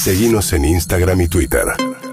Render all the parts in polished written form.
Seguinos en Instagram y Twitter.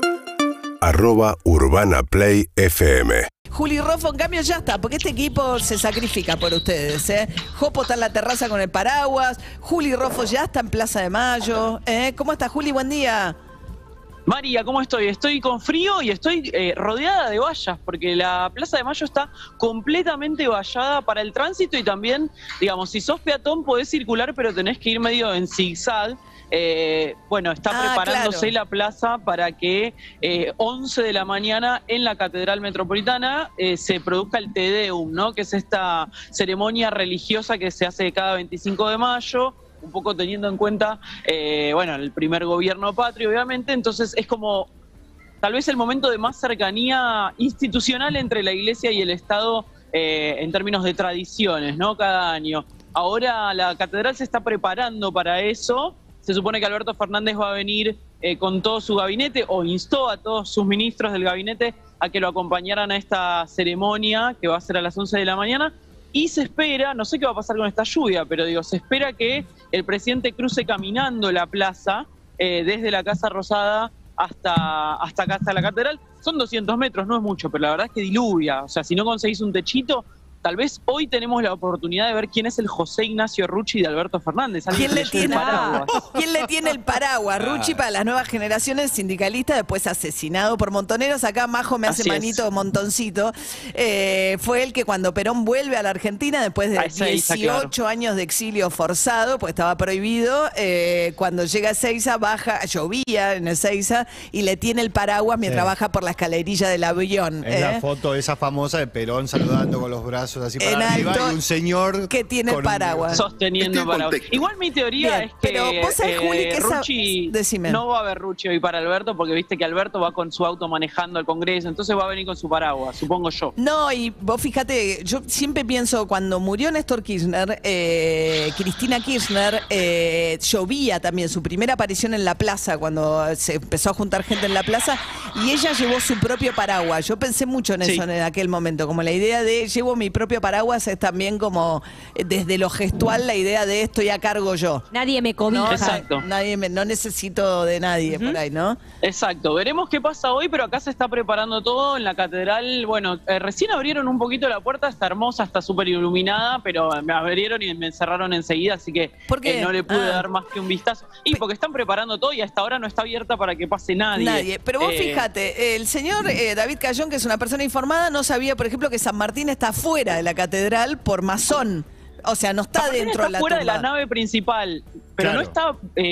@UrbanaPlayFM. Juli Roffo, en cambio, ya está, porque este equipo se sacrifica por ustedes, ¿eh? Jopo está en la terraza con el paraguas, Juli Roffo ya está en Plaza de Mayo, ¿eh? ¿Cómo está, Juli? Buen día. María, ¿cómo estoy? Estoy con frío y estoy rodeada de vallas, porque la Plaza de Mayo está completamente vallada para el tránsito y también, digamos, si sos peatón podés circular, pero tenés que ir medio en zigzag. Bueno, está preparándose la plaza para que 11 de la mañana en la Catedral Metropolitana se produzca el Te Deum, ¿no? Que es esta ceremonia religiosa que se hace cada 25 de mayo, un poco teniendo en cuenta, bueno, el primer gobierno patrio, obviamente. Entonces es como tal vez el momento de más cercanía institucional entre la Iglesia y el Estado en términos de tradiciones, ¿no? Cada año. Ahora la catedral se está preparando para eso. Se supone que Alberto Fernández va a venir con todo su gabinete, o instó a todos sus ministros del gabinete a que lo acompañaran a esta ceremonia que va a ser a las 11 de la mañana. Y se espera, no sé qué va a pasar con esta lluvia, pero digo, se espera que el presidente cruce caminando la plaza desde la Casa Rosada hasta acá, hasta la catedral. Son 200 metros, no es mucho, pero la verdad es que diluvia. O sea, si no conseguís un techito, tal vez hoy tenemos la oportunidad de ver quién es el José Ignacio Rucci de Alberto Fernández. ¿Quién le tiene el paraguas? Rucci, para las nuevas generaciones, sindicalista, después asesinado por montoneros. Acá Majo me hace manito montoncito. Fue el que cuando Perón vuelve a la Argentina, después de 18 años de exilio forzado, pues estaba prohibido, cuando llega a Ezeiza, baja, llovía en Ezeiza, y le tiene el paraguas mientras baja por la escalerilla del avión. Es la foto esa famosa de Perón saludando con los brazos así para en arriba, alto, y un señor que tiene el paraguas. Sosteniendo paraguas. Igual mi teoría es que pero vos sabés, Juli, que Rucci, no va a haber Rucci hoy para Alberto, porque viste que Alberto va con su auto manejando al Congreso, entonces va a venir con su paraguas, supongo yo. No, y vos fíjate, yo siempre pienso, cuando murió Néstor Kirchner, Cristina Kirchner, llovía también, su primera aparición en la plaza, cuando se empezó a juntar gente en la plaza, y ella llevó su propio paraguas. Yo pensé mucho en eso en aquel momento, como la idea de llevo mi propio paraguas es también como desde lo gestual la idea de estoy a cargo yo. Nadie me cobija. No, exacto. No necesito de nadie por ahí, ¿no? Exacto. Veremos qué pasa hoy, pero acá se está preparando todo en la catedral. Bueno, recién abrieron un poquito la puerta, está hermosa, está súper iluminada, pero me abrieron y me encerraron enseguida, así que no le pude dar más que un vistazo. Y porque están preparando todo y hasta ahora no está abierta para que pase nadie. Pero vos fíjate, el señor David Cayón, que es una persona informada, no sabía, por ejemplo, que San Martín está fuera de la catedral por masón. O sea, no está dentro de la fuera tumba. de la nave principal, pero no está...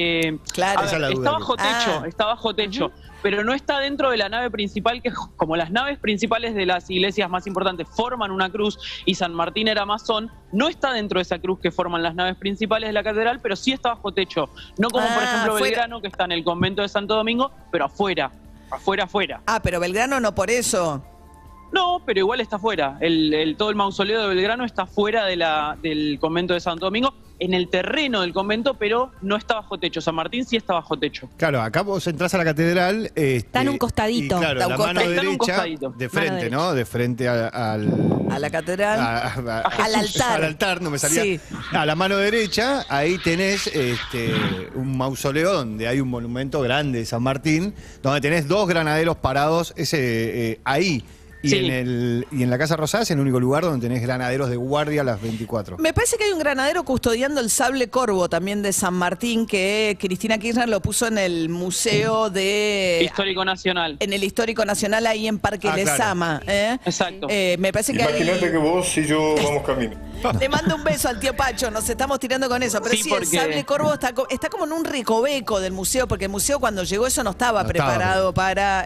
está bajo techo, está bajo techo, pero no está dentro de la nave principal, que como las naves principales de las iglesias más importantes forman una cruz, y San Martín era masón, no está dentro de esa cruz que forman las naves principales de la catedral, pero sí está bajo techo. No como, por ejemplo, Belgrano, que está en el convento de Santo Domingo, pero afuera. Pero Belgrano no por eso... No, pero igual está fuera. Todo el mausoleo de Belgrano está fuera del convento de Santo Domingo, en el terreno del convento, pero no está bajo techo. San Martín sí está bajo techo. Claro, acá vos entras a la catedral. Está en un costadito. Y claro, la mano derecha, de frente, ¿no? De frente a la catedral. Al altar. Al altar, no me salía. Sí. A la mano derecha, ahí tenés un mausoleo donde hay un monumento grande de San Martín, donde tenés dos granaderos parados ahí. Y en la Casa Rosada es el único lugar donde tenés granaderos de guardia a las 24. Me parece que hay un granadero custodiando el sable corvo también de San Martín, que Cristina Kirchner lo puso en el Museo de... Histórico Nacional. En el Histórico Nacional, ahí en Parque Lezama. Claro. Exacto. Me parece que imagínate que vos y yo vamos camino. Le mando un beso al tío Pacho, nos estamos tirando con eso. Pero el sable corvo está como en un recoveco del museo, porque el museo cuando llegó eso no estaba preparado para...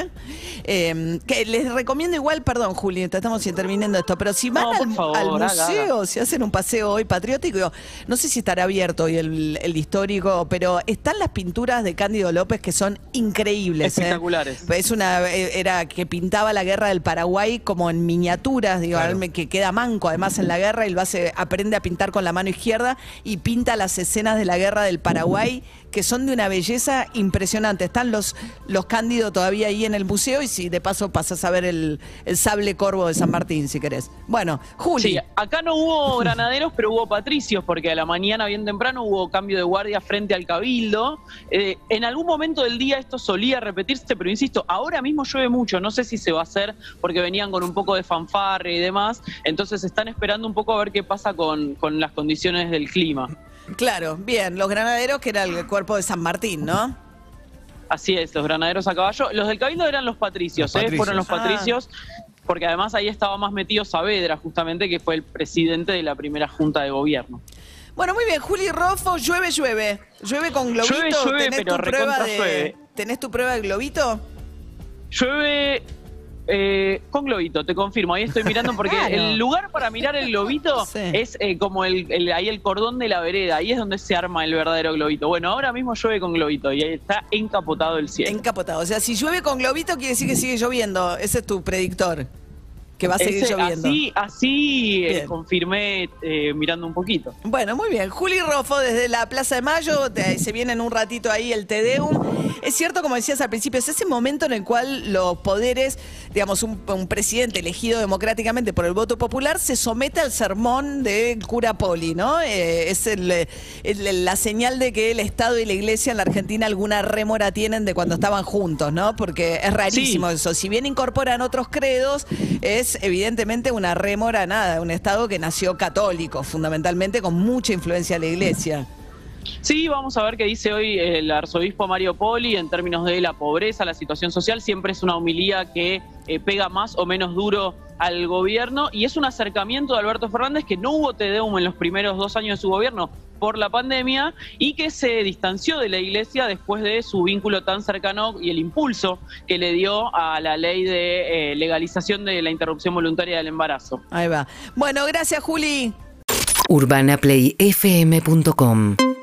que les recomiendo igual, perdón, Juli, estamos terminando esto, pero si van al museo, si hacen un paseo hoy patriótico, no sé si estará abierto hoy el histórico, pero están las pinturas de Cándido López que son increíbles. Espectaculares. Era que pintaba la guerra del Paraguay como en miniaturas, digo, que queda manco además en la guerra, y aprende a pintar con la mano izquierda y pinta las escenas de la guerra del Paraguay que son de una belleza impresionante. Están los Cándido todavía ahí en el museo y si de paso pasas a ver el sable corvo de San Martín, si querés. Bueno, Juli. Sí, acá no hubo granaderos, pero hubo patricios, porque a la mañana bien temprano hubo cambio de guardia frente al Cabildo. En algún momento del día esto solía repetirse, pero insisto, ahora mismo llueve mucho, no sé si se va a hacer porque venían con un poco de fanfarria y demás, entonces están esperando un poco a ver qué pasa con las condiciones del clima. Claro, bien, los granaderos que era el cuerpo de San Martín, ¿no? Así es, los granaderos a caballo. Los del Cabildo eran los patricios, fueron los patricios, porque además ahí estaba más metido Saavedra, justamente, que fue el presidente de la primera junta de gobierno. Bueno, muy bien, Juli Roffo, llueve con globito. Llueve, pero recontra llueve. ¿Tenés tu prueba de globito? Llueve con globito, te confirmo. Ahí estoy mirando porque el lugar para mirar el globito es como ahí el cordón de la vereda. Ahí es donde se arma el verdadero globito. Bueno, ahora mismo llueve con globito y ahí está encapotado el cielo. Encapotado. O sea, si llueve con globito quiere decir que sigue lloviendo. Ese es tu predictor. Que va a seguir lloviendo. Así confirmé mirando un poquito. Bueno, muy bien. Juli Roffo desde la Plaza de Mayo, se viene en un ratito ahí el Te Deum. Es cierto, como decías al principio, es ese momento en el cual los poderes, digamos, un presidente elegido democráticamente por el voto popular se somete al sermón del cura Poli, ¿no? Es la señal de que el Estado y la Iglesia en la Argentina alguna rémora tienen de cuando estaban juntos, ¿no? Porque es rarísimo eso. Si bien incorporan otros credos, es evidentemente una rémora, un Estado que nació católico, fundamentalmente, con mucha influencia de la Iglesia. Sí, vamos a ver qué dice hoy el arzobispo Mario Poli en términos de la pobreza, la situación social. Siempre es una homilía que pega más o menos duro al gobierno y es un acercamiento de Alberto Fernández, que no hubo Te Deum en los primeros 2 años de su gobierno por la pandemia y que se distanció de la Iglesia después de su vínculo tan cercano y el impulso que le dio a la ley de legalización de la interrupción voluntaria del embarazo. Ahí va. Bueno, gracias, Juli. UrbanaPlayFM.com